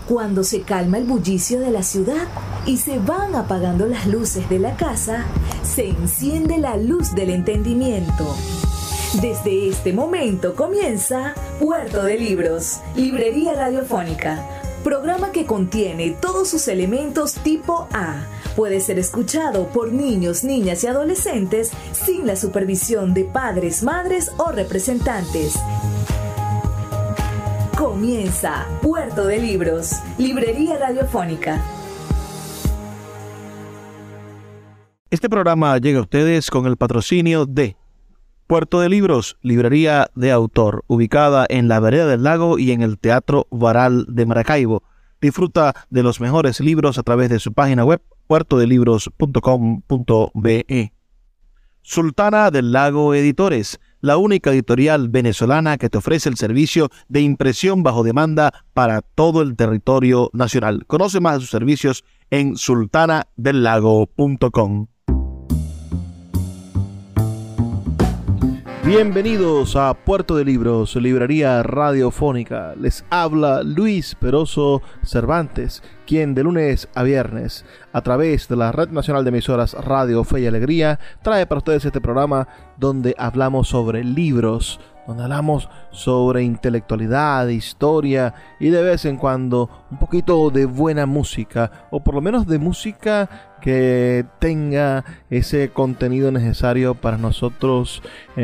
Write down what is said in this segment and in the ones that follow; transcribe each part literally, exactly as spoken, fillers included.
Cuando se calma el bullicio de la ciudad y se van apagando las luces de la casa, se enciende la luz del entendimiento. Desde este momento comienza Puerto de Libros, Librería Radiofónica, programa que contiene todos sus elementos tipo A. Puede ser escuchado por niños, niñas y adolescentes sin la supervisión de padres, madres o representantes. Comienza Puerto de Libros, Librería Radiofónica. Este programa llega a ustedes con el patrocinio de Puerto de Libros, librería de autor, ubicada en la Vereda del Lago y en el Teatro Varal de Maracaibo. Disfruta de los mejores libros a través de su página web, puerto de libros punto com punto be. Sultana del Lago Editores, la única editorial venezolana que te ofrece el servicio de impresión bajo demanda para todo el territorio nacional. Conoce más de sus servicios en sultana del lago punto com. Bienvenidos a Puerto de Libros, librería radiofónica. Les habla Luis Peroso Cervantes, quien de lunes a viernes, a través de la Red Nacional de Emisoras Radio Fe y Alegría, trae para ustedes este programa donde hablamos sobre libros, donde hablamos sobre intelectualidad, historia y de vez en cuando un poquito de buena música, o por lo menos de música que tenga ese contenido necesario para nosotros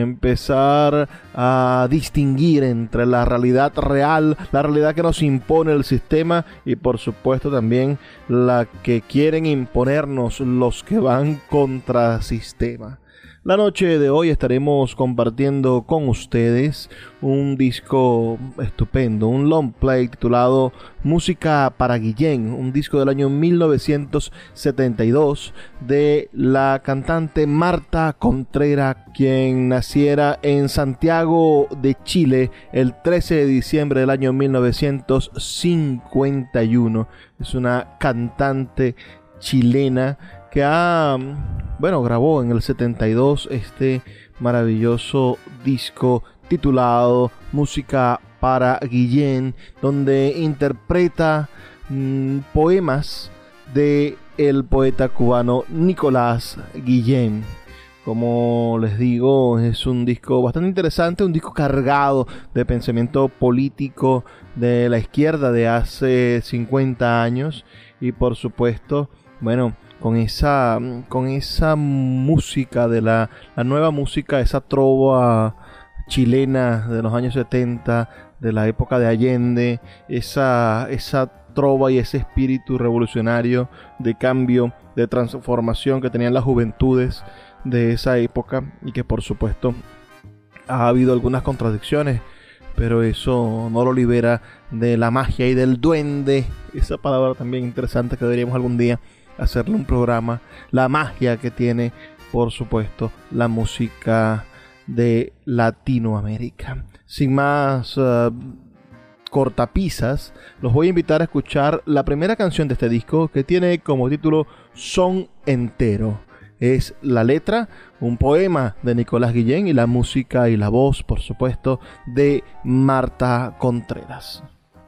empezar a distinguir entre la realidad real, la realidad que nos impone el sistema y por supuesto también la que quieren imponernos los que van contra sistema. La noche de hoy estaremos compartiendo con ustedes un disco estupendo, un long play titulado Música para Guillén, un disco del año mil novecientos setenta y dos de la cantante Marta Contreras, quien naciera en Santiago de Chile el trece de diciembre del año mil novecientos cincuenta y uno. Es una cantante chilena que ha, bueno, grabó en el setenta y dos este maravilloso disco titulado Música para Guillén, donde interpreta mmm, poemas de el poeta cubano Nicolás Guillén. Como les digo, es un disco bastante interesante, un disco cargado de pensamiento político de la izquierda de hace cincuenta años y por supuesto, bueno, con esa, con esa música de la, la nueva música, esa trova chilena de los años setenta, de la época de Allende, esa, esa trova y ese espíritu revolucionario de cambio, de transformación que tenían las juventudes de esa época y que por supuesto ha habido algunas contradicciones, pero eso no lo libera de la magia y del duende, esa palabra también interesante que deberíamos algún día hacerle un programa, la magia que tiene, por supuesto, la música de Latinoamérica. Sin más uh, cortapisas, los voy a invitar a escuchar la primera canción de este disco, que tiene como título Son Entero. Es la letra, un poema de Nicolás Guillén, y la música y la voz, por supuesto, de Marta Contreras.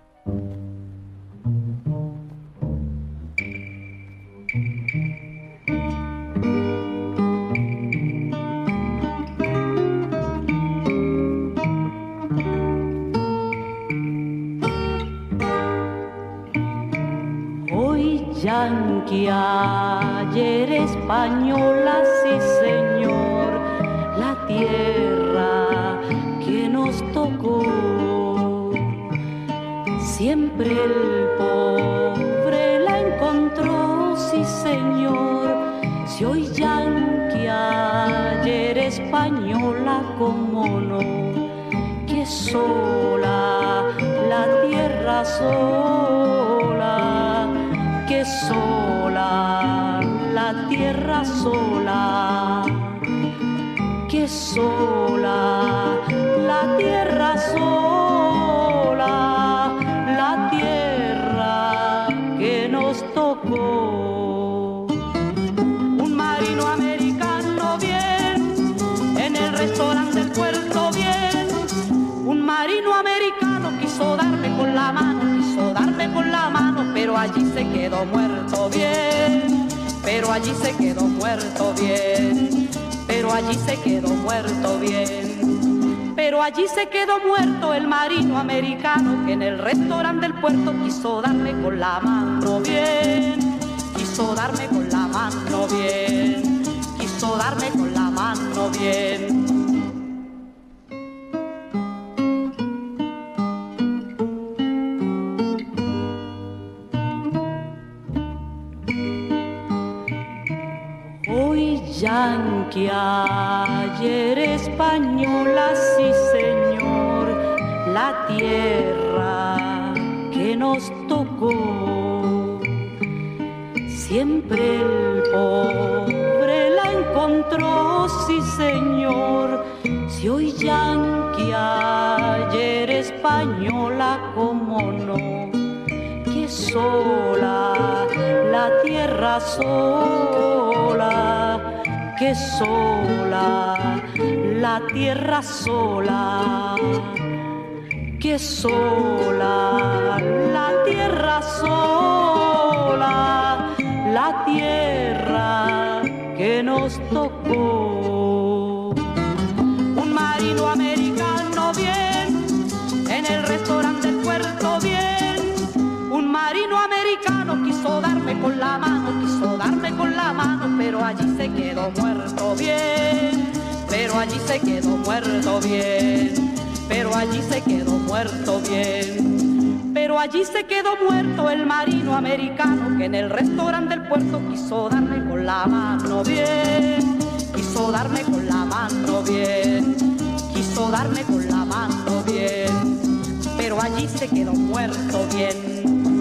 Yanqui, ayer española, sí señor, la tierra que nos tocó. Siempre el pobre la encontró, sí señor. Si hoy yanqui, ayer española, cómo no, que sola la tierra sola, que sola la tierra sola, que sola la tierra sola, la tierra que nos tocó. Un marino americano bien, en el restaurante del puerto bien, un marino americano quiso darme con la mano, quiso darme con la mano. allí se quedó muerto bien, pero allí se quedó muerto bien, pero allí se quedó muerto bien, pero allí se quedó muerto el marino americano que en el restaurante del puerto quiso darme con la mano bien, quiso darme con la mano bien, quiso darme con la mano bien. Yanqui, ayer española, sí señor, la tierra que nos tocó. Siempre el pobre la encontró, sí señor. Si hoy yanqui, ayer española, cómo no, que sola, la tierra sola, que sola, la tierra sola, que sola, la tierra sola, la tierra que nos tocó. Un marino americano bien, en el restaurante del puerto bien, un marino americano quiso darme con la mano, quiso darme con la mano, pero allí se quedó muerto bien, pero allí se quedó muerto bien, pero allí se quedó muerto bien, pero allí se quedó muerto el marino americano que en el restaurante del puerto quiso darme con la mano bien, quiso darme con la mano bien, quiso darme con la mano bien, pero allí se quedó muerto bien.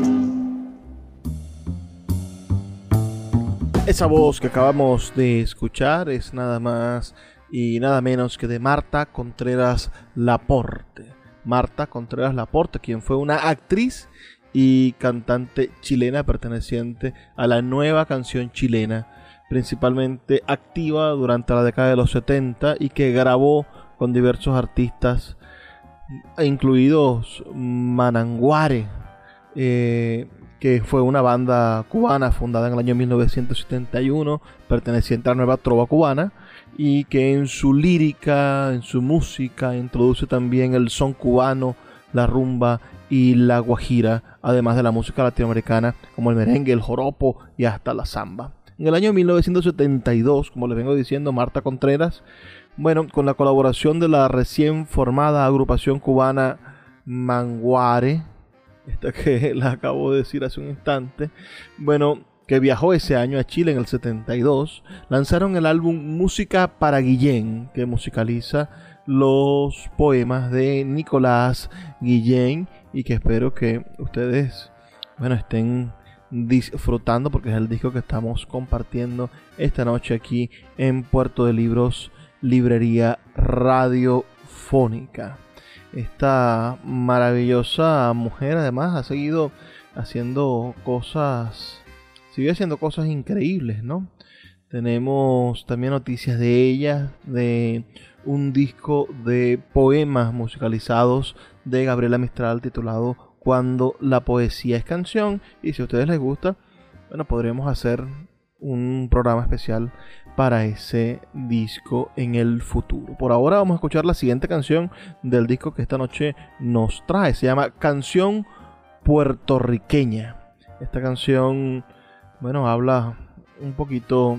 Esa voz que acabamos de escuchar es nada más y nada menos que de Marta Contreras Laporte. Marta Contreras Laporte, quien fue una actriz y cantante chilena perteneciente a la nueva canción chilena, principalmente activa durante la década de los setenta y que grabó con diversos artistas, incluidos Mananguare, eh, que fue una banda cubana fundada en el año mil novecientos setenta y uno, perteneciente a la nueva trova cubana, y que en su lírica, en su música, introduce también el son cubano, la rumba y la guajira, además de la música latinoamericana como el merengue, el joropo y hasta la samba. En el año mil novecientos setenta y dos, como les vengo diciendo, Marta Contreras, bueno, con la colaboración de la recién formada agrupación cubana Manguare, esta que la acabo de decir hace un instante, bueno, que viajó ese año a Chile en el setenta y dos, lanzaron el álbum Música para Guillén, que musicaliza los poemas de Nicolás Guillén y que espero que ustedes, bueno, estén disfrutando porque es el disco que estamos compartiendo esta noche aquí en Puerto de Libros, Librería Radiofónica. Esta maravillosa mujer además ha seguido haciendo cosas, sigue haciendo cosas increíbles, ¿no? Tenemos también noticias de ella, de un disco de poemas musicalizados de Gabriela Mistral titulado Cuando la poesía es canción, y si a ustedes les gusta, bueno, podremos hacer un programa especial para ese disco en el futuro. Por ahora vamos a escuchar la siguiente canción del disco que esta noche nos trae. Se llama Canción Puertorriqueña. Esta canción, bueno, habla un poquito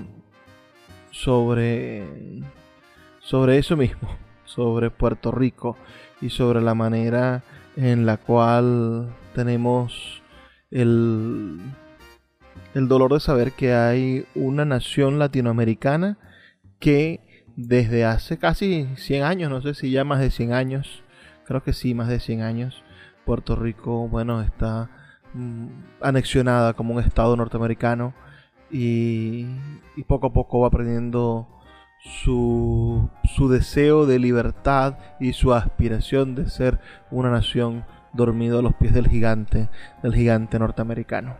sobre, sobre eso mismo, sobre Puerto Rico y sobre la manera en la cual tenemos el... el dolor de saber que hay una nación latinoamericana que desde hace casi cien años, no sé si ya más de cien años, creo que sí, más de cien años, Puerto Rico, bueno, está mm, anexionada como un estado norteamericano y, y poco a poco va perdiendo su, su deseo de libertad y su aspiración de ser una nación dormido a los pies del gigante, del gigante norteamericano.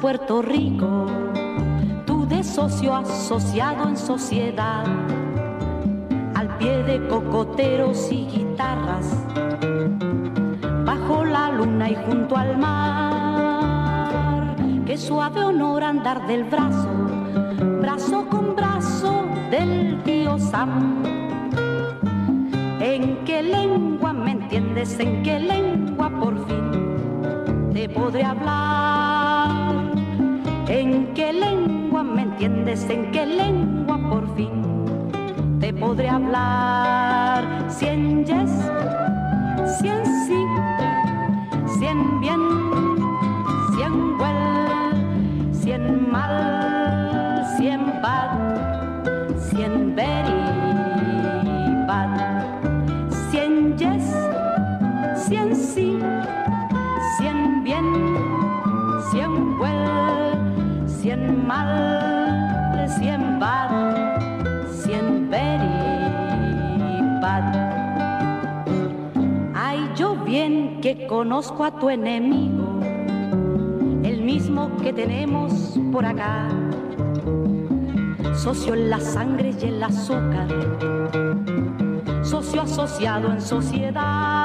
Puerto Rico, tú de socio asociado en sociedad, al pie de cocoteros y guitarras, bajo la luna y junto al mar. Qué suave honor andar del brazo, brazo con brazo del tío Sam. ¿En qué lengua me entiendes? ¿En qué lengua por fin te podré hablar? ¿En qué lengua me entiendes? ¿En qué lengua por fin te podré hablar? Cien yes, cien sí, cien bien, cien well, cien mal, cien bad, cien very bad. Cien yes, cien sí, cien bien, cien well, cien mal, cien bad, cien very bad. Ay, yo bien que conozco a tu enemigo, el mismo que tenemos por acá, socio en la sangre y el azúcar, socio asociado en sociedad,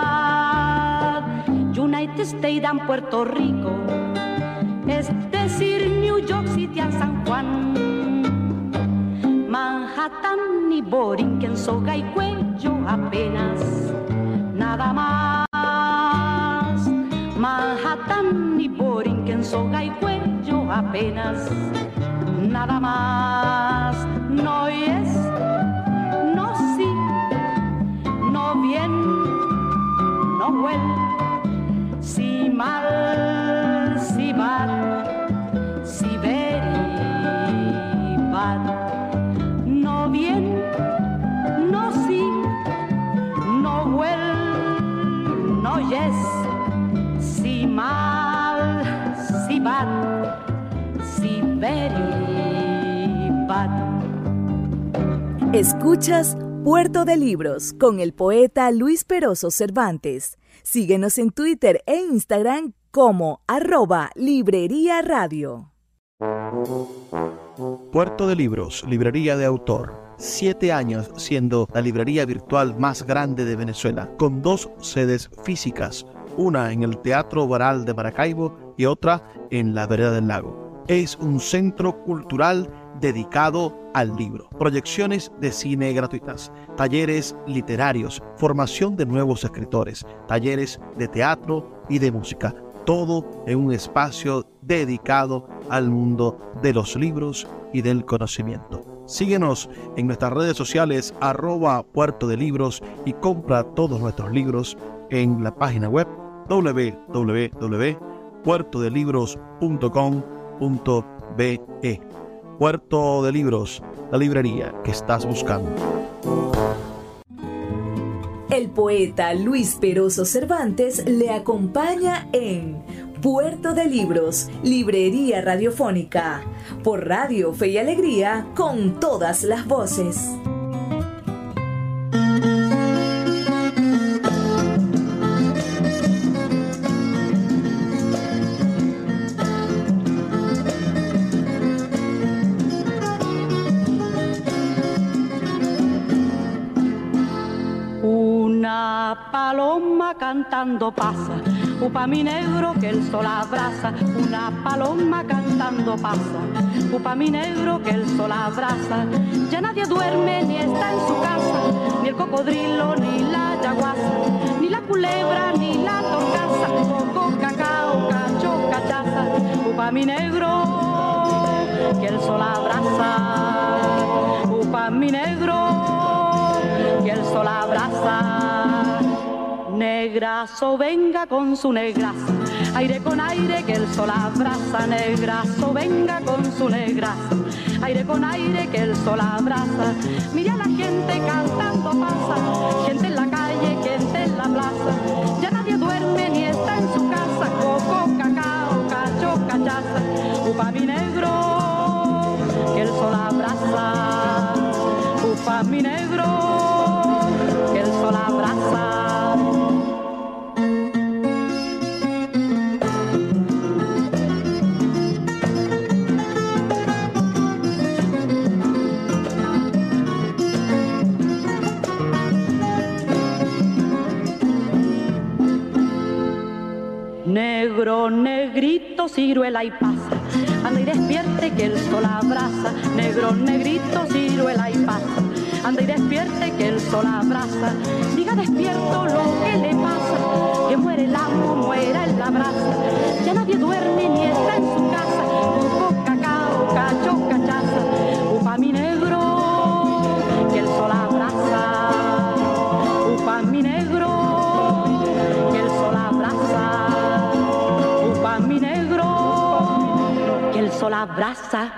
United States and Puerto Rico, es decir, New York City and San Juan, Manhattan y Borinquen, soga y cuello apenas, nada más. Manhattan y Borinquen, soga y cuello apenas, nada más. No es, no sí, no bien, no well, si mal, si bad, si very bad. No bien, no sí, no well, no yes, si mal, si bad, si very bad. Escuchas Puerto de Libros con el poeta Luis Peroso Cervantes. Síguenos en Twitter e Instagram como arroba Librería Radio. Puerto de Libros, librería de autor. Siete años siendo la librería virtual más grande de Venezuela, con dos sedes físicas, una en el Teatro Baral de Maracaibo y otra en la Vereda del Lago. Es un centro cultural dedicado al libro, proyecciones de cine gratuitas, talleres literarios, formación de nuevos escritores, talleres de teatro y de música, todo en un espacio dedicado al mundo de los libros y del conocimiento. Síguenos en nuestras redes sociales arroba Puerto de Libros y compra todos nuestros libros en la página web doble u doble u doble u punto puerto de libros punto com punto be. Puerto de Libros, la librería que estás buscando. El poeta Luis Peroso Cervantes le acompaña en Puerto de Libros, librería radiofónica, por Radio Fe y Alegría, con todas las voces. Paloma cantando pasa, upa mi negro que el sol abraza. Una paloma cantando pasa, upa mi negro que el sol abraza. Ya nadie duerme ni está en su casa, ni el cocodrilo ni la yaguasa, ni la culebra ni la torcaza, coco, cacao, cacho, cachaza. Upa mi negro que el sol abraza, upa mi negro que el sol abraza. Negrazo venga con su negraza, aire con aire que el sol abraza. Negrazo venga con su negraza, aire con aire que el sol abraza. Mira a la gente cantando pasa, gente en la calle, gente en la plaza. Ya nadie duerme ni está en su casa, coco, cacao, cacho, cachaza. Upa mi negro que el sol abraza, upa mi negro que el sol abraza. negrito, ciruela y pasa. Anda y despierte que el sol abraza. Negro, negrito, ciruela y pasa. Anda y despierte que el sol abraza. Diga despierto lo que le pasa. Que muere el amo, muera en la brasa. Ya nadie duerme ni está en su casa. Coco, cacao, cacho, cachaza. Upa mi negro, que el sol abraza. Upa mi negro, que el sol abraza. Upa mi negro, que el sol abraza.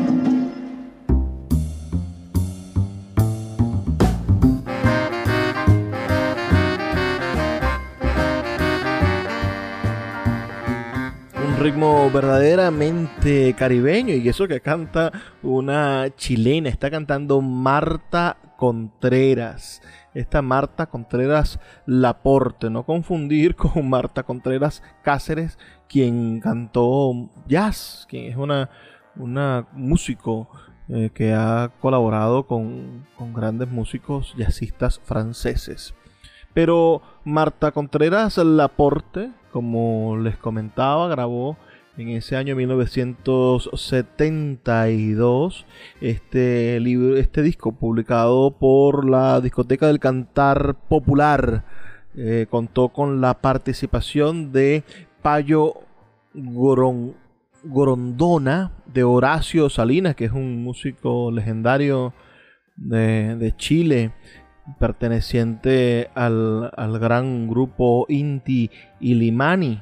Ritmo verdaderamente caribeño, y eso que canta una chilena, está cantando Marta Contreras. Esta Marta Contreras Laporte, no confundir con Marta Contreras Cáceres, quien cantó jazz, quien es una, una músico eh, que ha colaborado con, con grandes músicos jazzistas franceses. Pero Marta Contreras Laporte, como les comentaba, grabó en ese año mil novecientos setenta y dos este, libro, este disco publicado por la Discoteca del Cantar Popular. Eh, contó con la participación de Payo Goron, Gorondona, de Horacio Salinas, que es un músico legendario de, de Chile, perteneciente al, al gran grupo Inti Illimani.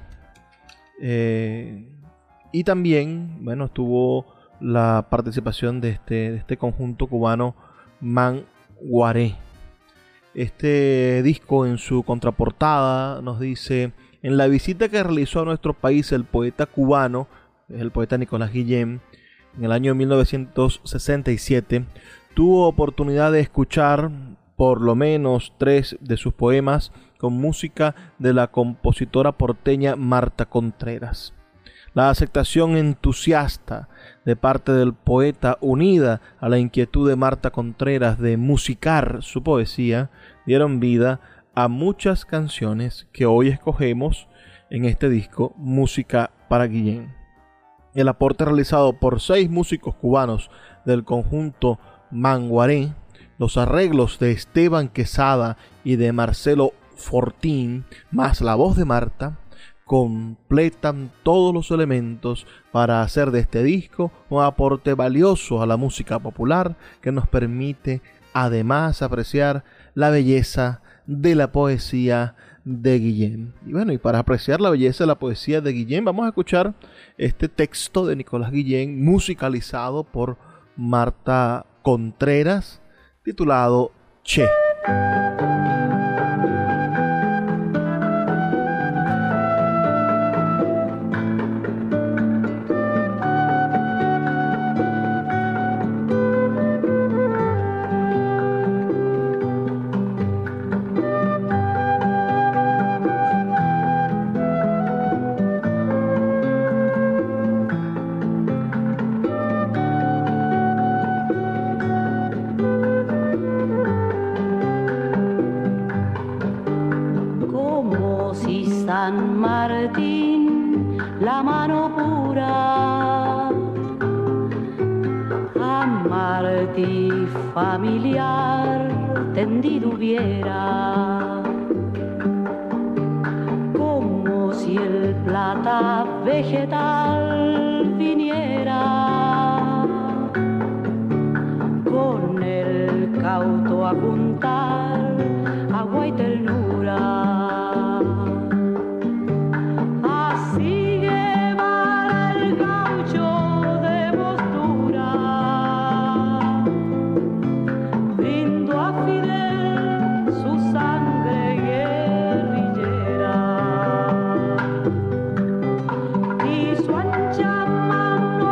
Eh, y también, bueno, estuvo la participación de este, de este conjunto cubano Manguaré. Este disco, en su contraportada, nos dice: en la visita que realizó a nuestro país el poeta cubano, el poeta Nicolás Guillén, en el año mil novecientos sesenta y siete, tuvo oportunidad de escuchar por lo menos tres de sus poemas con música de la compositora porteña Marta Contreras. La aceptación entusiasta de parte del poeta, unida a la inquietud de Marta Contreras de musicar su poesía, dieron vida a muchas canciones que hoy escogemos en este disco, Música para Guillén. El aporte realizado por seis músicos cubanos del conjunto Manguaré, los arreglos de Esteban Quesada y de Marcelo Fortín, más la voz de Marta, completan todos los elementos para hacer de este disco un aporte valioso a la música popular, que nos permite además apreciar la belleza de la poesía de Guillén. Y bueno, y para apreciar la belleza de la poesía de Guillén, vamos a escuchar este texto de Nicolás Guillén, musicalizado por Marta Contreras, titulado Che. San Martín, la mano pura, a Martí familiar tendido hubiera, como si el plata vegetal viniera, con el cauto a juntar agua y ternura. Mano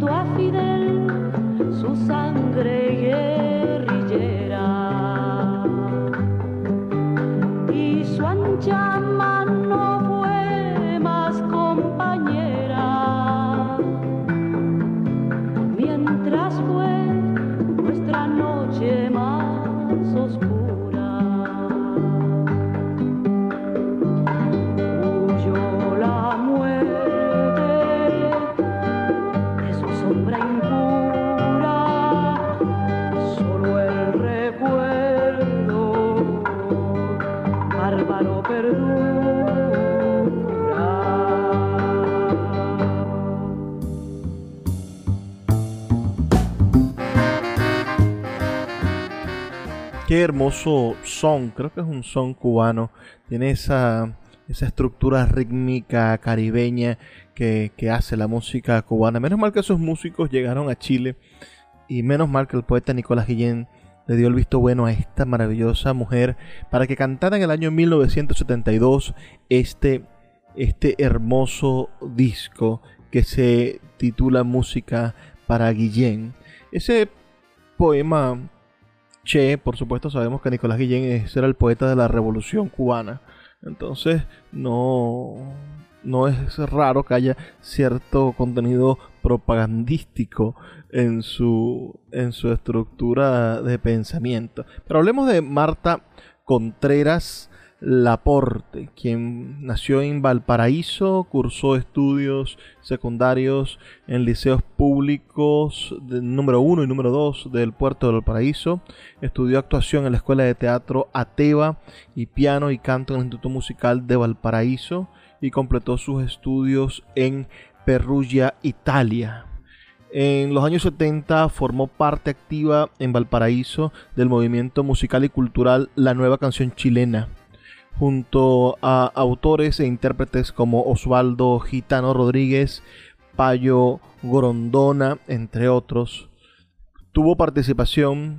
junto a Fidel su sangre guerrillera y su ancha mano fue más compañera mientras fue nuestra noche más oscura. Qué hermoso son, creo que es un son cubano, tiene esa, esa estructura rítmica caribeña que, que hace la música cubana. Menos mal que esos músicos llegaron a Chile y menos mal que el poeta Nicolás Guillén le dio el visto bueno a esta maravillosa mujer para que cantara en el año mil novecientos setenta y dos este, este hermoso disco que se titula Música para Guillén. Ese poema... Che, por supuesto sabemos que Nicolás Guillén era el poeta de la Revolución Cubana, entonces no, no es raro que haya cierto contenido propagandístico en su, en su estructura de pensamiento. Pero hablemos de Marta Contreras Laporte, quien nació en Valparaíso, cursó estudios secundarios en liceos públicos de número uno y número dos del puerto de Valparaíso, estudió actuación en la Escuela de Teatro Ateva y piano y canto en el Instituto Musical de Valparaíso y completó sus estudios en Perugia, Italia. En los años setenta formó parte activa en Valparaíso del movimiento musical y cultural La Nueva Canción Chilena, junto a autores e intérpretes como Osvaldo Gitano Rodríguez, Payo Grondona, entre otros. Tuvo participación,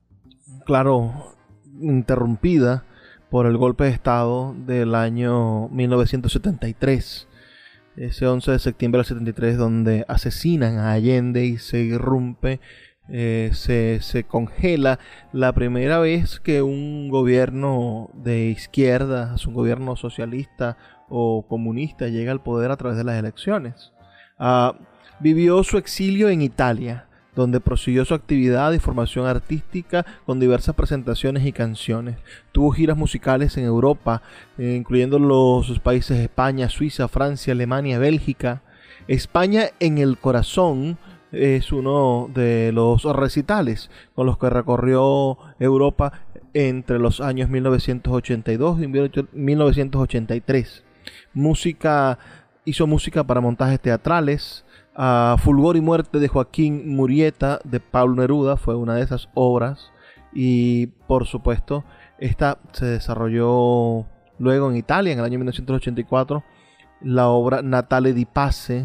claro, interrumpida por el golpe de Estado del año mil novecientos setenta y tres. Ese once de septiembre del setenta y tres, donde asesinan a Allende y se irrumpe, eh, se, se congela la primera vez que un gobierno de izquierda, un gobierno socialista o comunista llega al poder a través de las elecciones. Uh, vivió su exilio en Italia, donde prosiguió su actividad y formación artística con diversas presentaciones y canciones. Tuvo giras musicales en Europa, eh, incluyendo los países España, Suiza, Francia, Alemania, Bélgica. España en el corazón es uno de los recitales con los que recorrió Europa entre los años mil novecientos ochenta y dos y mil novecientos ochenta y tres. Música, hizo música para montajes teatrales. Uh, Fulgor y Muerte de Joaquín Murieta de Pablo Neruda fue una de esas obras, y por supuesto esta se desarrolló luego en Italia en el año mil novecientos ochenta y cuatro, la obra Natale di Pace,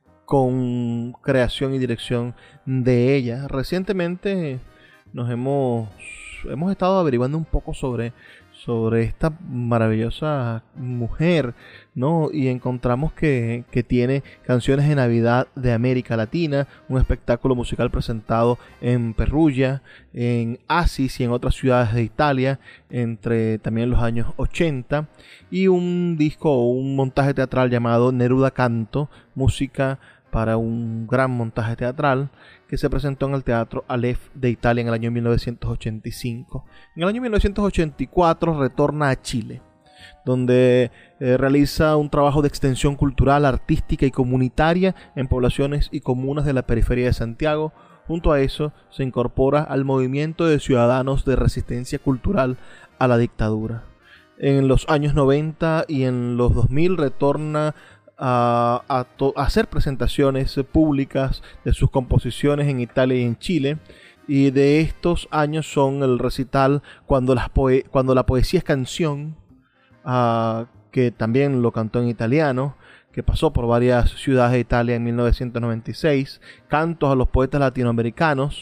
con creación y dirección de ella. Recientemente nos hemos hemos estado averiguando un poco sobre sobre esta maravillosa mujer, ¿no? Y encontramos que, que tiene Canciones de Navidad de América Latina, un espectáculo musical presentado en Perugia, en Asis y en otras ciudades de Italia entre también los años ochenta, y un disco o un montaje teatral llamado Neruda Canto, música para un gran montaje teatral, que se presentó en el Teatro Aleph de Italia en el año mil novecientos ochenta y cinco. En el año mil novecientos ochenta y cuatro retorna a Chile, donde eh, realiza un trabajo de extensión cultural, artística y comunitaria en poblaciones y comunas de la periferia de Santiago. Junto a eso se incorpora al movimiento de ciudadanos de resistencia cultural a la dictadura. En los años noventa y en los dos mil retorna A, a, to, a hacer presentaciones públicas de sus composiciones en Italia y en Chile, y de estos años son el recital Cuando, las poe Cuando la poesía es canción, uh, que también lo cantó en italiano, que pasó por varias ciudades de Italia en mil novecientos noventa y seis, Cantos a los poetas latinoamericanos,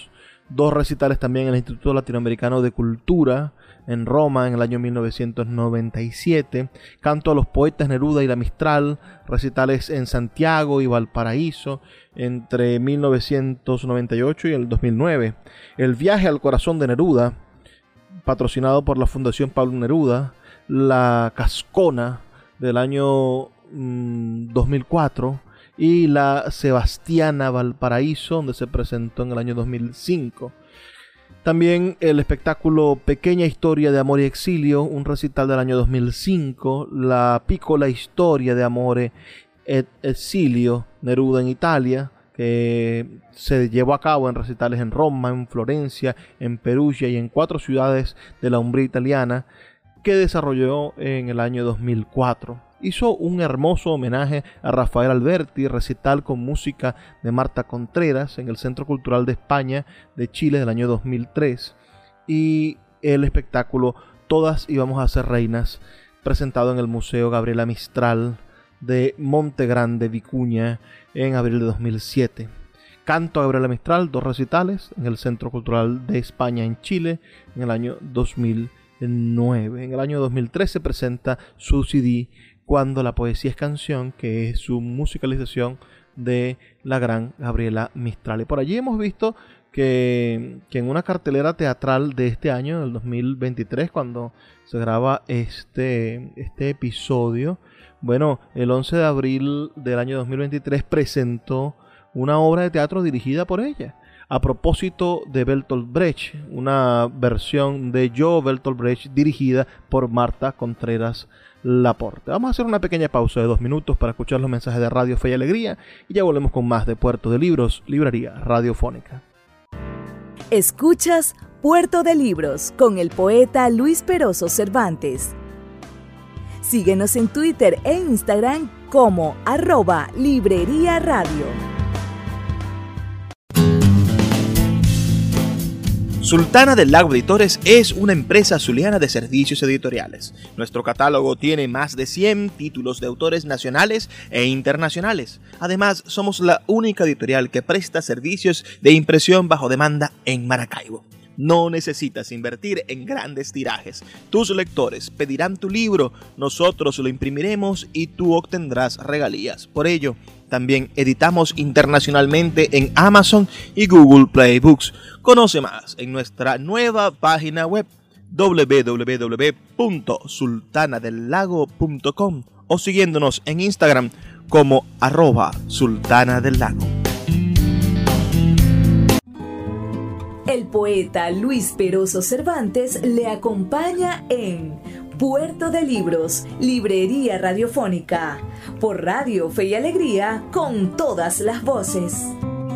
dos recitales también en el Instituto Latinoamericano de Cultura en Roma en el año mil novecientos noventa y siete, canto a los poetas Neruda y La Mistral, recitales en Santiago y Valparaíso entre mil novecientos noventa y ocho y el dos mil nueve, el viaje al corazón de Neruda, patrocinado por la Fundación Pablo Neruda, la Cascona del año mmm, dos mil cuatro y la Sebastiana Valparaíso, donde se presentó en el año dos mil cinco. También el espectáculo Pequeña Historia de Amor y Exilio, un recital del año dos mil cinco, la Piccola Historia de Amore et Exilio, Neruda en Italia, que se llevó a cabo en recitales en Roma, en Florencia, en Perugia y en cuatro ciudades de la Umbría italiana, que desarrolló en el año dos mil cuatro. Hizo un hermoso homenaje a Rafael Alberti, recital con música de Marta Contreras en el Centro Cultural de España de Chile del año dos mil tres. Y el espectáculo Todas íbamos a ser reinas, presentado en el Museo Gabriela Mistral de Monte Grande, Vicuña, en abril de dos mil siete. Canto a Gabriela Mistral, dos recitales en el Centro Cultural de España en Chile en el año dos mil nueve. En el año dos mil tres se presenta su C D Cuando la poesía es canción, que es su musicalización de la gran Gabriela Mistral. Y por allí hemos visto que, que en una cartelera teatral de este año, del dos mil veintitrés, cuando se graba este, este episodio, bueno, el once de abril del año dos mil veintitrés presentó una obra de teatro dirigida por ella, a propósito de Bertolt Brecht, una versión de Yo, Bertolt Brecht, dirigida por Marta Contreras Laporte. Vamos a hacer una pequeña pausa de dos minutos para escuchar los mensajes de Radio Fe y Alegría y ya volvemos con más de Puerto de Libros, Librería Radiofónica. Escuchas Puerto de Libros con el poeta Luis Peroso Cervantes. Síguenos en Twitter e Instagram como arroba Librería Radio. Sultana del Lago Editores es una empresa zuliana de servicios editoriales. Nuestro catálogo tiene más de cien títulos de autores nacionales e internacionales. Además, somos la única editorial que presta servicios de impresión bajo demanda en Maracaibo. No necesitas invertir en grandes tirajes. Tus lectores pedirán tu libro, nosotros lo imprimiremos y tú obtendrás regalías. Por ello, también editamos internacionalmente en Amazon y Google Play Books. Conoce más en nuestra nueva página web doble u doble u doble u punto sultana del lago punto com o siguiéndonos en Instagram como arroba sultana del lago. El poeta Luis Peroso Cervantes le acompaña en Puerto de Libros, Librería Radiofónica, por Radio Fe y Alegría, con todas las voces.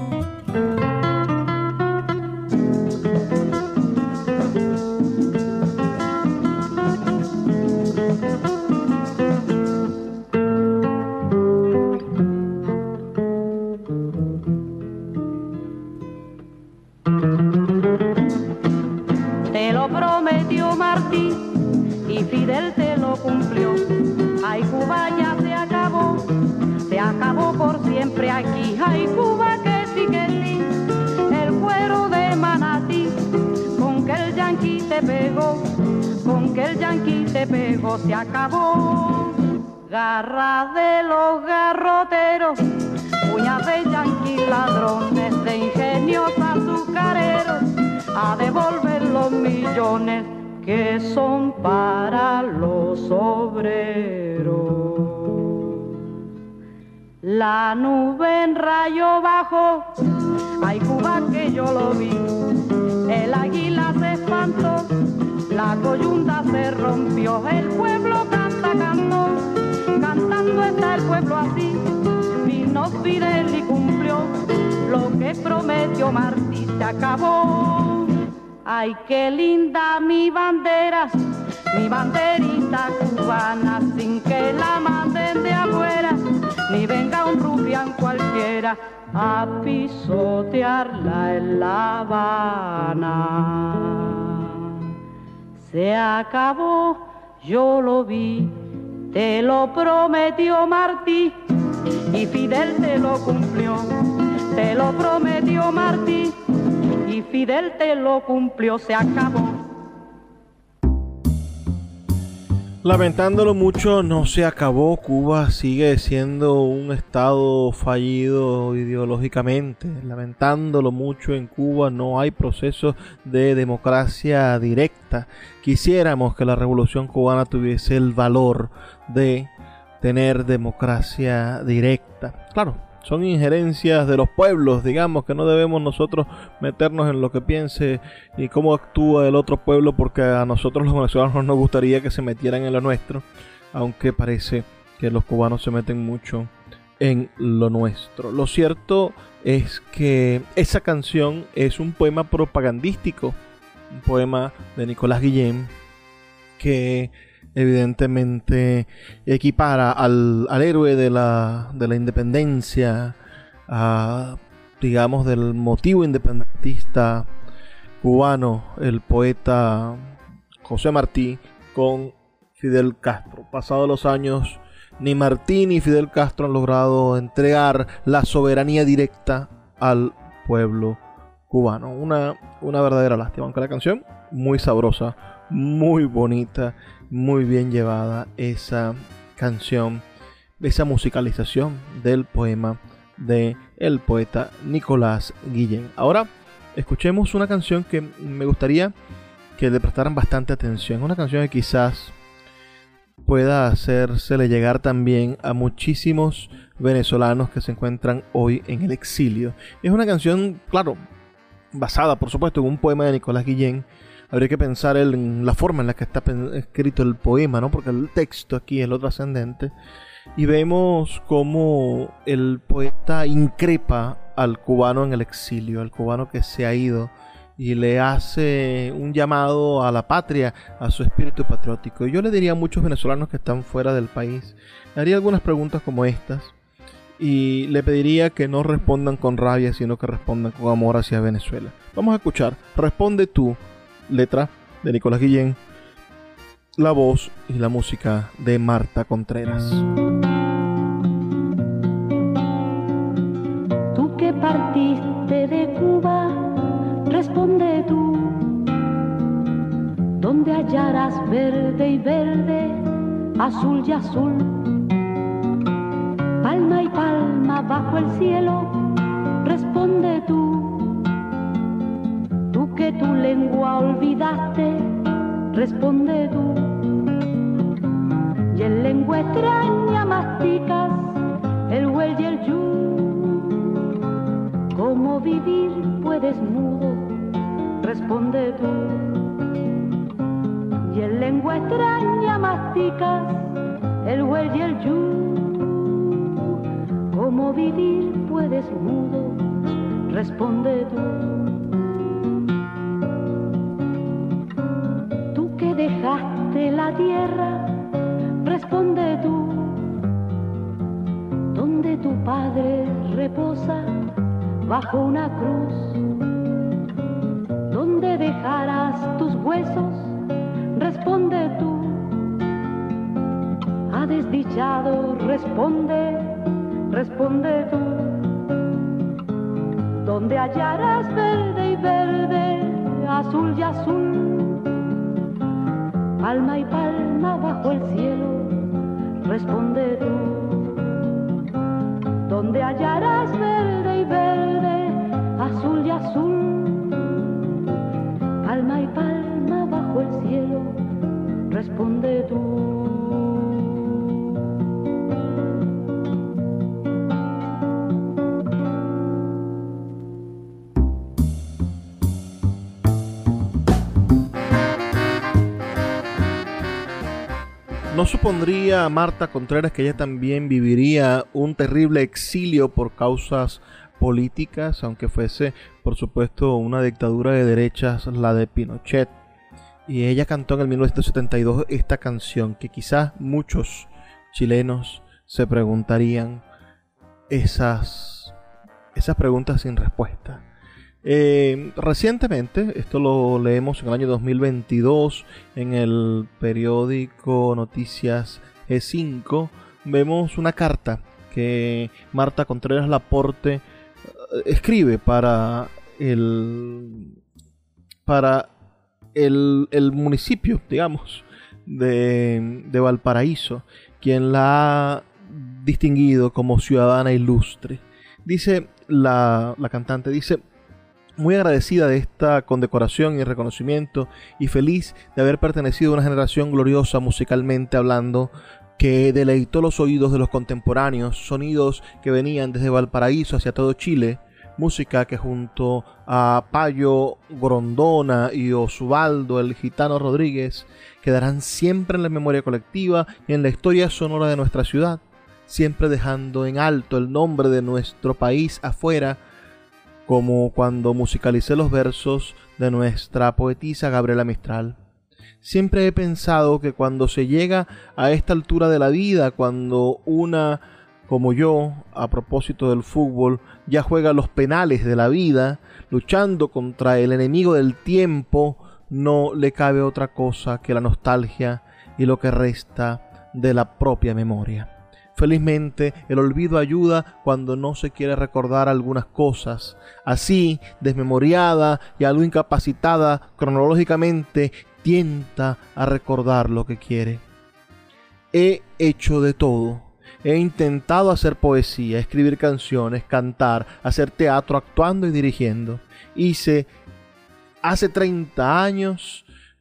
Te lo prometió Martí y Fidel te lo cumplió. Ay, Cuba ya se acabó, se acabó por siempre aquí. Ay, Cuba que sí que sí, el cuero de manatí, con que el yanqui te pegó, con que el yanqui te pegó, se acabó. Garra de los garroteros, uñas de yanqui ladrones, de ingenios azucareros, a devolver los millones que son para los obreros. La nube en rayo bajo, ay Cuba que yo lo vi, el águila se espantó, la coyunda se rompió, el pueblo canta, cantó, cantando está el pueblo así, vino Fidel y cumplió lo que prometió Martí, se acabó. Ay, qué linda mi bandera, mi banderita cubana, sin que la manden de afuera, ni venga un rufián cualquiera a pisotearla en La Habana. Se acabó, yo lo vi, te lo prometió Martí, y Fidel te lo cumplió, te lo prometió Martí, y y Fidel te lo cumplió, se acabó. Lamentándolo mucho, no se acabó. Cuba sigue siendo un estado fallido ideológicamente. Lamentándolo mucho, en Cuba no hay procesos de democracia directa. Quisiéramos que la revolución cubana tuviese el valor de tener democracia directa. Claro, son injerencias de los pueblos, digamos que no debemos nosotros meternos en lo que piense y cómo actúa el otro pueblo, porque a nosotros los venezolanos no nos gustaría que se metieran en lo nuestro, aunque parece que los cubanos se meten mucho en lo nuestro. Lo cierto es que esa canción es un poema propagandístico, un poema de Nicolás Guillén, que evidentemente equipara al, al héroe de la, de la independencia, a, digamos, del motivo independentista cubano, el poeta José Martí, con Fidel Castro. Pasados los años, ni Martí ni Fidel Castro han logrado entregar la soberanía directa al pueblo cubano. Una, una verdadera lástima, aunque la canción muy sabrosa, muy bonita, muy bien llevada esa canción, esa musicalización del poema de el poeta Nicolás Guillén. Ahora escuchemos una canción que me gustaría que le prestaran bastante atención. Una canción que quizás pueda hacérsele llegar también a muchísimos venezolanos que se encuentran hoy en el exilio. Es una canción, claro, basada por supuesto en un poema de Nicolás Guillén. Habría que pensar en la forma en la que está escrito el poema, ¿no? Porque el texto aquí es lo trascendente. Y vemos cómo el poeta increpa al cubano en el exilio, al cubano que se ha ido, y le hace un llamado a la patria, a su espíritu patriótico. Y yo le diría a muchos venezolanos que están fuera del país, le haría algunas preguntas como estas, y le pediría que no respondan con rabia, sino que respondan con amor hacia Venezuela. Vamos a escuchar Responde tú, letra de Nicolás Guillén, la voz y la música de Marta Contreras. Tú que partiste de Cuba, responde tú, donde hallarás verde y verde, azul y azul, palma y palma bajo el cielo, responde tú. Tú que tu lengua olvidaste, responde tú. Y en lengua extraña masticas el huel y el yu. ¿Cómo vivir puedes mudo? Responde tú. Y en lengua extraña masticas el huel y el yu. ¿Cómo vivir puedes mudo? Responde tú. Dejaste la tierra, responde tú, donde tu padre reposa bajo una cruz, donde dejarás tus huesos, responde tú, a desdichado responde, responde tú, donde hallarás verde y verde, azul y azul, palma y palma bajo el cielo, responde tú. Donde hallarás verde y verde, azul y azul, palma y palma bajo el cielo, responde tú. ¿No supondría Marta Contreras que ella también viviría un terrible exilio por causas políticas, aunque fuese, por supuesto, una dictadura de derechas, la de Pinochet? Y ella cantó en el mil novecientos setenta y dos esta canción que quizás muchos chilenos se preguntarían esas, esas preguntas sin respuesta. Eh, recientemente, esto lo leemos en el año dos mil veintidós en el periódico Noticias G cinco, vemos una carta que Marta Contreras Laporte eh, escribe para el, para el, el municipio, digamos, de, de Valparaíso, quien la ha distinguido como ciudadana ilustre. Dice la, la cantante, dice: muy agradecida de esta condecoración y reconocimiento y feliz de haber pertenecido a una generación gloriosa musicalmente hablando, que deleitó los oídos de los contemporáneos, sonidos que venían desde Valparaíso hacia todo Chile, música que junto a Payo Grondona y Osvaldo el Gitano Rodríguez quedarán siempre en la memoria colectiva y en la historia sonora de nuestra ciudad, siempre dejando en alto el nombre de nuestro país afuera, como cuando musicalicé los versos de nuestra poetisa Gabriela Mistral. Siempre he pensado que cuando se llega a esta altura de la vida, cuando una como yo, a propósito del fútbol, ya juega los penales de la vida, luchando contra el enemigo del tiempo, no le cabe otra cosa que la nostalgia y lo que resta de la propia memoria. Felizmente, el olvido ayuda cuando no se quiere recordar algunas cosas. Así, desmemoriada y algo incapacitada cronológicamente, tienta a recordar lo que quiere. He hecho de todo. He intentado hacer poesía, escribir canciones, cantar, hacer teatro, actuando y dirigiendo. Hice hace treinta años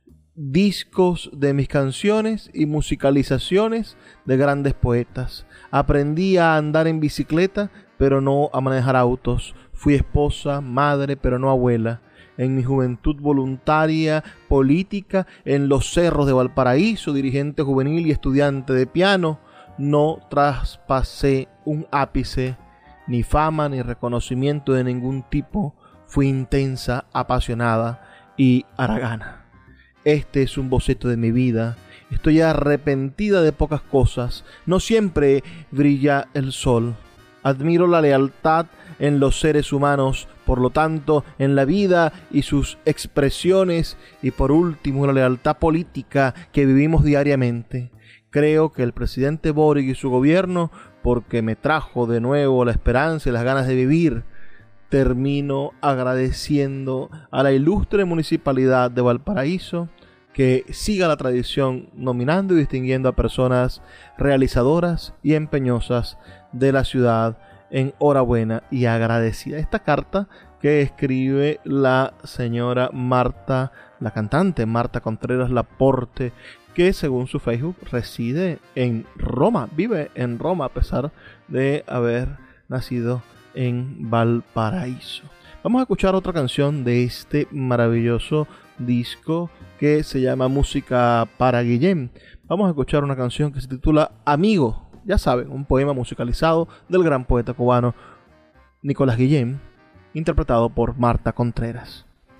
discos de mis canciones y musicalizaciones de grandes poetas. Aprendí a andar en bicicleta, pero no a manejar autos. Fui esposa, madre, pero no abuela. En mi juventud voluntaria, política, en los cerros de Valparaíso, dirigente juvenil y estudiante de piano, no traspasé un ápice, ni fama ni reconocimiento de ningún tipo. Fui intensa, apasionada y haragana. Este es un boceto de mi vida. Estoy arrepentida de pocas cosas. No siempre brilla el sol. Admiro la lealtad en los seres humanos, por lo tanto, en la vida y sus expresiones, y por último, la lealtad política que vivimos diariamente. Creo que el presidente Boric y su gobierno, porque me trajo de nuevo la esperanza y las ganas de vivir, termino agradeciendo a la ilustre municipalidad de Valparaíso que siga la tradición nominando y distinguiendo a personas realizadoras y empeñosas de la ciudad. Enhorabuena y agradecida. Esta carta que escribe la señora Marta, la cantante Marta Contreras Laporte, que según su Facebook reside en Roma, vive en Roma a pesar de haber nacido en Valparaíso. Vamos a escuchar otra canción de este maravilloso disco que se llama Música para Guillén. Vamos a escuchar una canción que se titula Amigo. Ya saben, un poema musicalizado del gran poeta cubano Nicolás Guillén, interpretado por Marta Contreras.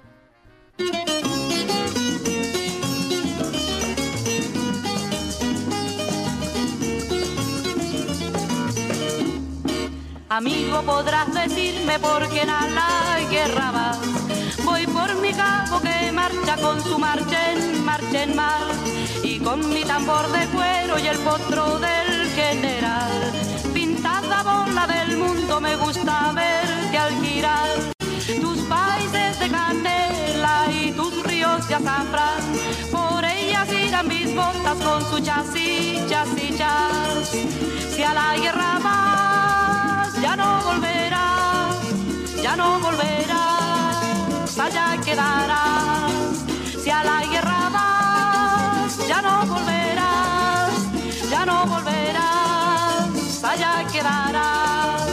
Amigo, podrás decirme por qué en la guerra vas. Voy por mi cabo que marcha con su marchen, marchen mar, y con mi tambor de cuero y el potro del general. Pintada bola del mundo me gusta verte al girar, tus países de canela y tus ríos de azafrán. Por ellas irán mis botas con su chasis, chasis, chas. Si a la guerra vas, ya no volverás, ya no volverás, allá quedarás. Si a la guerra vas, ya no volverás, ya no volverás, allá quedarás.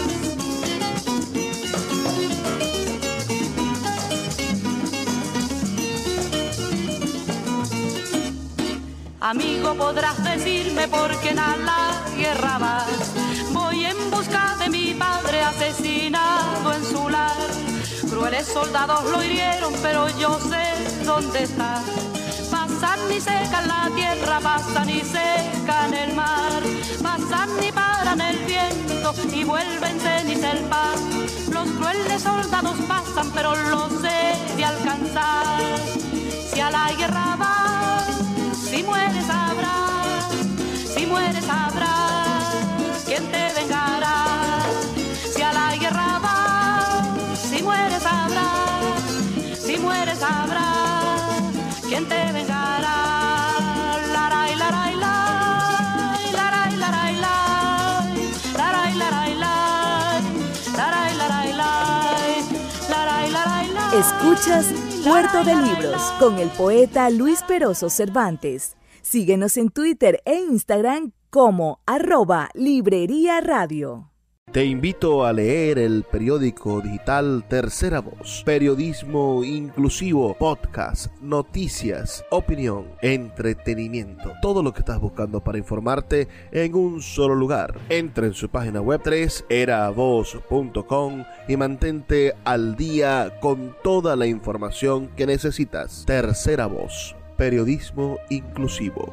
Amigo, podrás decirme por qué en la guerra vas. Voy en busca de mi padre asesinado en su lar. Crueles soldados lo hirieron, pero yo sé dónde está. Pasan y secan la tierra, pasan y secan el mar. Pasan y paran el viento y vuelven ceniza el pan. Los crueles soldados pasan, pero los he de alcanzar. Si a la guerra vas, si mueres sabrás, si mueres sabrás quién te vengará. Si a la guerra vas, si mueres sabrás, mueres habrá quien te vengará. Laray, laray, lay, laray, laray, lay, laray, laray, lay, laray, laray, lay, laray, laray, lay. Escuchas Puerto de Libros con el poeta Luis Peroso Cervantes. Síguenos en Twitter e Instagram como arroba Librería Radio. Te invito a leer el periódico digital Tercera Voz. Periodismo inclusivo, podcast, noticias, opinión, entretenimiento. Todo lo que estás buscando para informarte en un solo lugar. Entra en su página web tres era voz punto com y mantente al día con toda la información que necesitas. Tercera Voz. Periodismo inclusivo.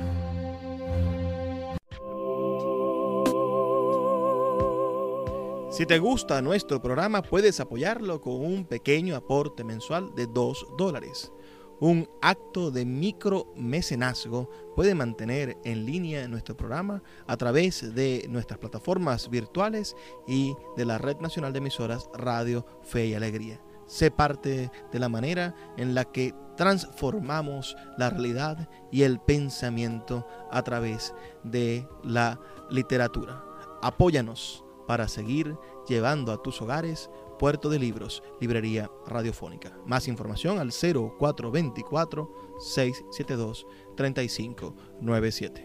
Si te gusta nuestro programa, puedes apoyarlo con un pequeño aporte mensual de dos dólares. Un acto de micromecenazgo puede mantener en línea nuestro programa a través de nuestras plataformas virtuales y de la Red Nacional de Emisoras Radio Fe y Alegría. Sé parte de la manera en la que transformamos la realidad y el pensamiento a través de la literatura. Apóyanos para seguir llevando a tus hogares Puerto de Libros, Librería Radiofónica. Más información al cero cuatro dos cuatro, seis siete dos, tres cinco nueve siete.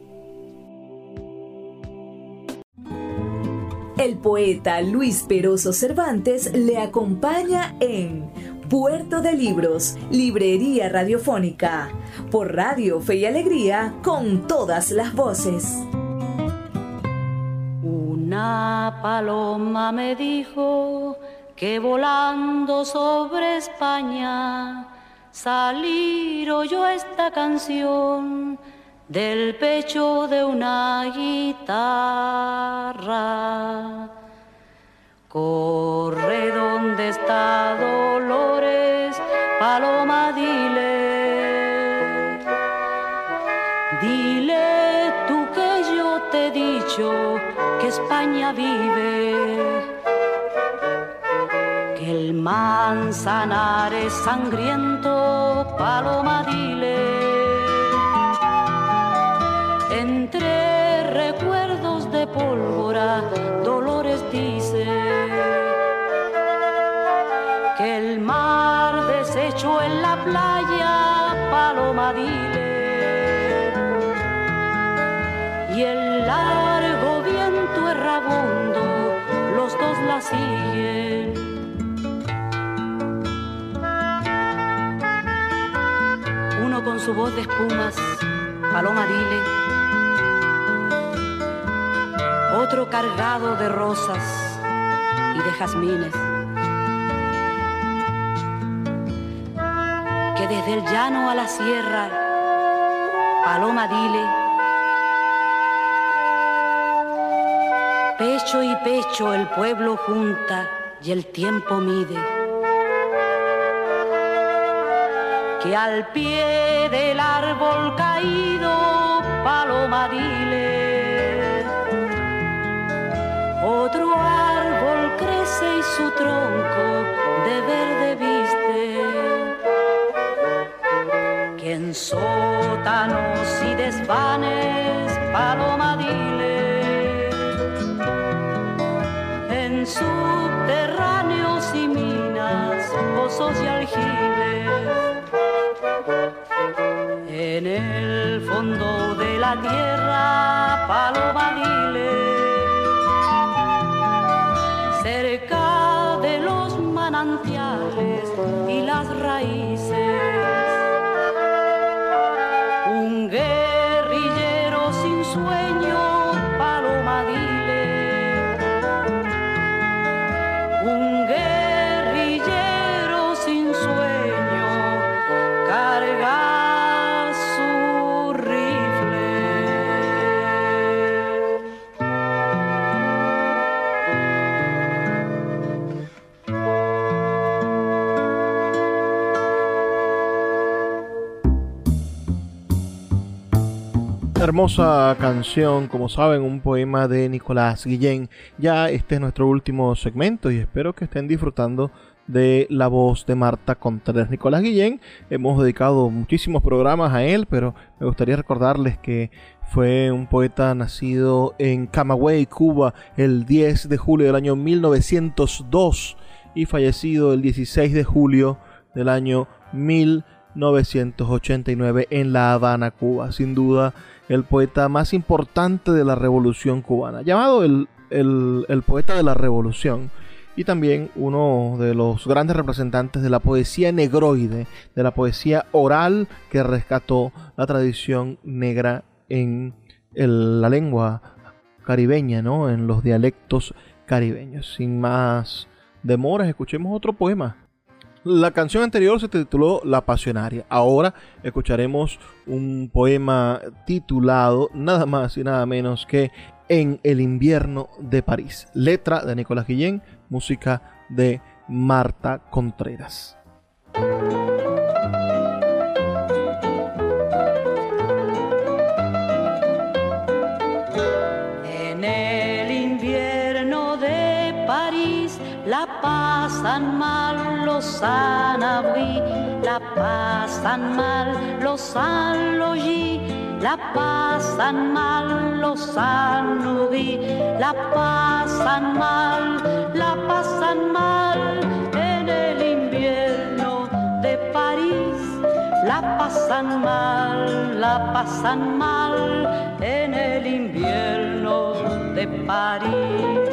El poeta Luis Peroso Cervantes le acompaña en Puerto de Libros, Librería Radiofónica, por Radio Fe y Alegría, con todas las voces. Una paloma me dijo que volando sobre España salir oyó esta canción del pecho de una guitarra. Corre donde está Dolores, paloma, dile, dile tú que yo te he dicho que España vive, que el Manzanar es sangriento, paloma, dile. Entre recuerdos de pólvora, Dolores dice que el mar deshecho en la playa, paloma, dile, y el largo viento errabundo, los dos la siguen. Uno con su voz de espumas, paloma, dile, otro cargado de rosas y de jazmines, que desde el llano a la sierra, paloma, dile, pecho y pecho el pueblo junta y el tiempo mide, que al pie del árbol caído, paloma, dile, otro árbol crece y su tronco de verde viste, que en sótanos y desvanes, paloma, dile, en subterráneos y minas, pozos y aljibes, en el fondo de la tierra, paloma, dile, cerca de los manantiales y las raíces, un guerrillero sin sueño, paloma, dile, un guerrillero sin sueño, carga su rifle. Hermosa canción, como saben, un poema de Nicolás Guillén. Ya este es nuestro último segmento y espero que estén disfrutando de la voz de Marta Contreras. Nicolás Guillén, hemos dedicado muchísimos programas a él, pero me gustaría recordarles que fue un poeta nacido en Camagüey, Cuba, el diez de julio del año mil novecientos dos y fallecido el dieciséis de julio del año mil novecientos ochenta y nueve en La Habana, Cuba. Sin duda, el poeta más importante de la Revolución cubana, llamado el, el, el poeta de la Revolución, y también uno de los grandes representantes de la poesía negroide, de la poesía oral que rescató la tradición negra en el, la lengua caribeña, ¿no? En los dialectos caribeños. Sin más demoras, escuchemos otro poema. La canción anterior se tituló La Pasionaria. Ahora escucharemos un poema titulado nada más y nada menos que En el invierno de París. Letra de Nicolás Guillén, música de Marta Contreras. En el invierno de París la pasan mal los Sanabrí, la pasan mal los Sanlogis, la pasan mal los Sanubí, la pasan mal, la pasan mal en el invierno de París, la pasan mal, la pasan mal en el invierno de París.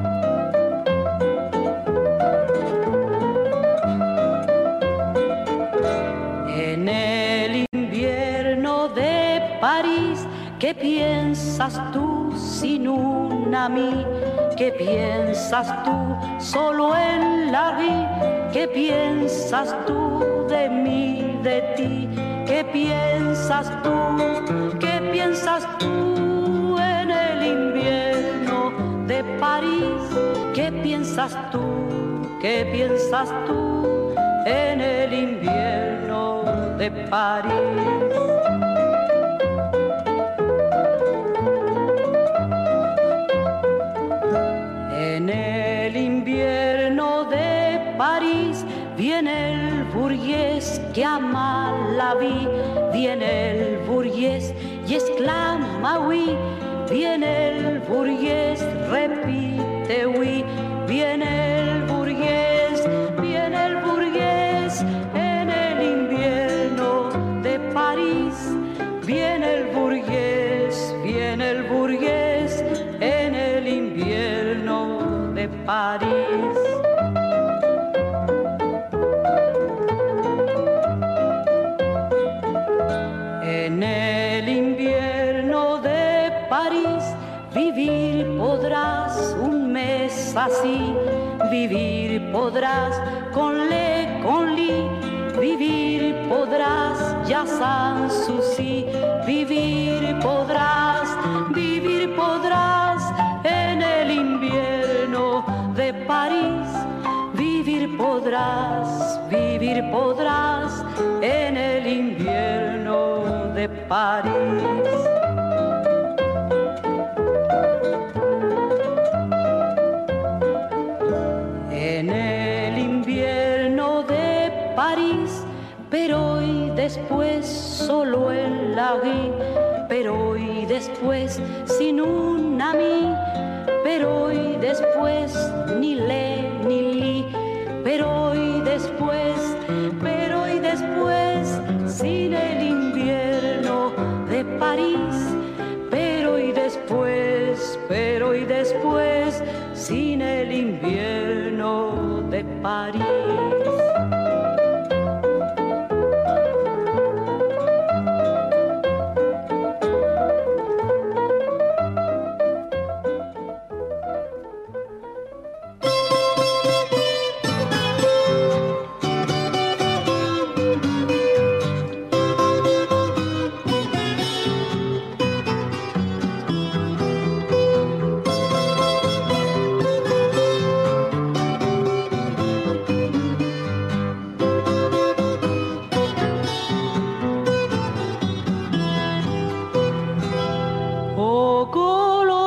En el invierno de París, ¿qué piensas tú sin un mí? ¿Qué piensas tú solo en la vida? ¿Qué piensas tú de mí, de ti? ¿Qué piensas tú? ¿Qué piensas tú en el invierno de París? ¿Qué piensas tú? ¿Qué piensas tú en el invierno de París? En el invierno de París viene el burgués que ama la vida, viene el burgués y exclama oui, viene el burgués, repite oui, viene el burgués, viene el burgués en el invierno de París, viene el burgués, viene el burgués en el invierno de París. En el invierno de París vivir podrás un mes así, vivir podrás con le, con li, vivir podrás ya sans souci, vivir podrás, vivir podrás en el invierno de París, vivir podrás, vivir podrás en el invierno de París. En el invierno de París, pero hoy después solo en la vie, pero hoy después sin un ami, pero hoy después ni le ni li, pero hoy después, pero hoy después sin el invierno de París, pero hoy después, pero hoy después sin el invierno de París.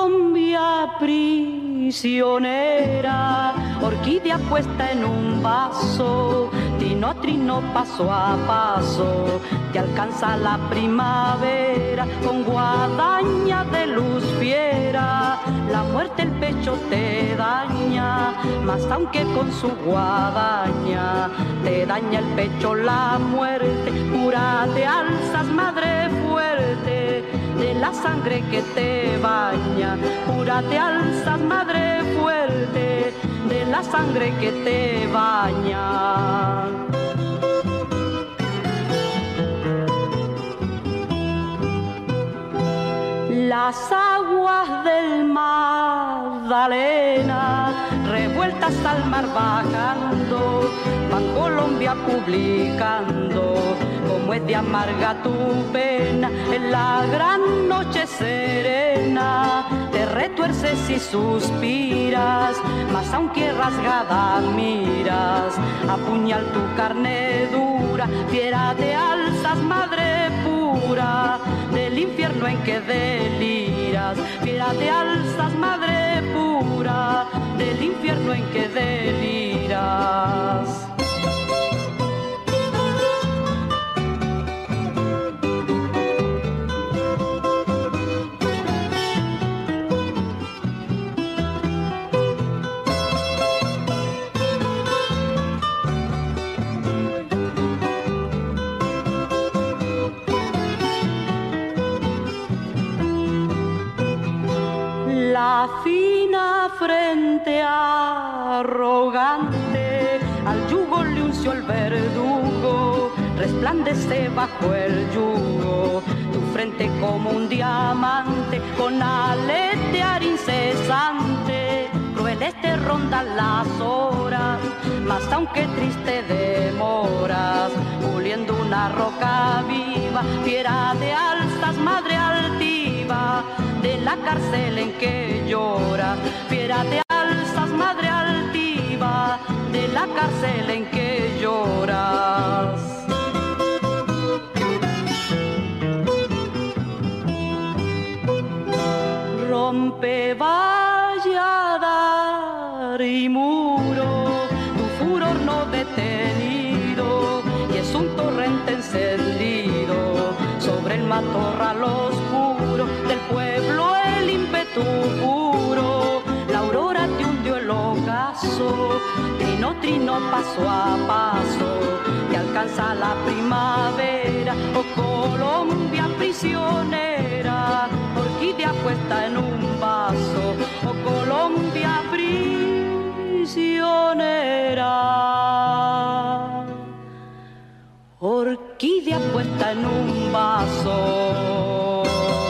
Prisionera, orquídea puesta en un vaso paso, trino, trino, paso a paso, te alcanza la primavera con guadaña de luz fiera. La muerte el pecho te daña, mas aunque con su guadaña te daña el pecho la muerte, pura te alzas, madre fuerte, de la sangre que te baña. Pura te alzas, madre fuerte, de la sangre que te baña. Las aguas del Magdalena, revueltas al mar bajando, van Colombia publicando cómo es de amarga tu pena. En la gran noche serena te retuerces y suspiras, mas aunque rasgada miras, a puñal tu carne dura, fiera te alzas, madre pura, del infierno en que deliras. Fiera te alzas, madre pura, del infierno en que deliras. La fina frente arrogante al yugo le unció el verdugo, resplandece bajo el yugo tu frente como un diamante, con aletear incesante, crueles te rondan las horas, mas aunque triste demoras, puliendo una roca viva, fiera te alzas, madre altiva, de la cárcel en que llora. Fiera te alzas, madre altiva, de la cárcel en que lloras. Rompe vallada y muro, tu furor no detenido, y es un torrente encendido sobre el matorral oscuro del pueblo, el ímpetu puro. La aurora te hundió el ocaso, trino, trino, paso a paso, te alcanza la primavera. Oh Colombia prisionera, orquídea puesta en un vaso. Oh Colombia prisionera, orquídea puesta en un vaso.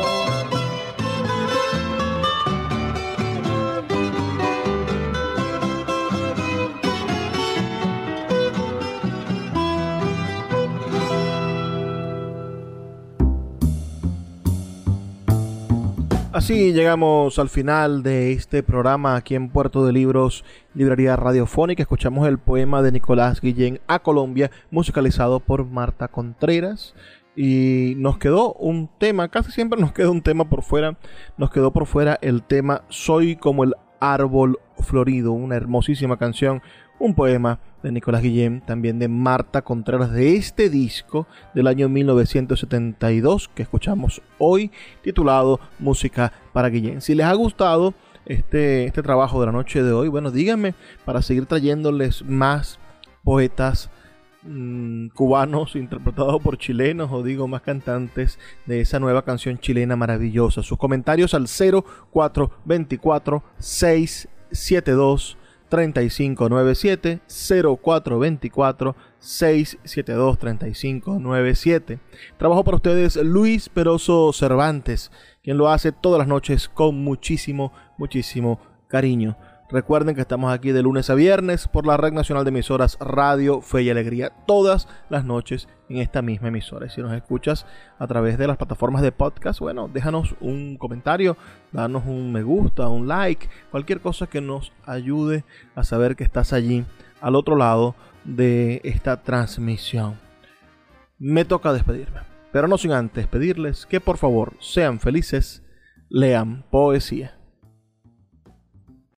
Así llegamos al final de este programa aquí en Puerto de Libros, Librería Radiofónica. Escuchamos el poema de Nicolás Guillén, A Colombia, musicalizado por Marta Contreras. Y nos quedó un tema, casi siempre nos queda un tema por fuera. Nos quedó por fuera el tema Soy como el árbol florido, una hermosísima canción, un poema de Nicolás Guillén, también de Marta Contreras, de este disco del año mil novecientos setenta y dos que escuchamos hoy, titulado Música para Guillén. Si les ha gustado este, este trabajo de la noche de hoy, bueno, díganme para seguir trayéndoles más poetas mmm, cubanos interpretados por chilenos, o digo más cantantes de esa nueva canción chilena maravillosa. Sus comentarios al cero cuatro dos cuatro, seis siete dos, tres cinco nueve siete, cero cuatro dos cuatro, seis siete dos, tres cinco nueve siete. Trabajo para ustedes Luis Peroso Cervantes, quien lo hace todas las noches con muchísimo, muchísimo cariño. Recuerden que estamos aquí de lunes a viernes por la Red Nacional de Emisoras Radio Fe y Alegría, todas las noches en esta misma emisora. Y si nos escuchas a través de las plataformas de podcast, bueno, déjanos un comentario, danos un me gusta, un like, cualquier cosa que nos ayude a saber que estás allí al otro lado de esta transmisión. Me toca despedirme, pero no sin antes pedirles que por favor sean felices, lean poesía.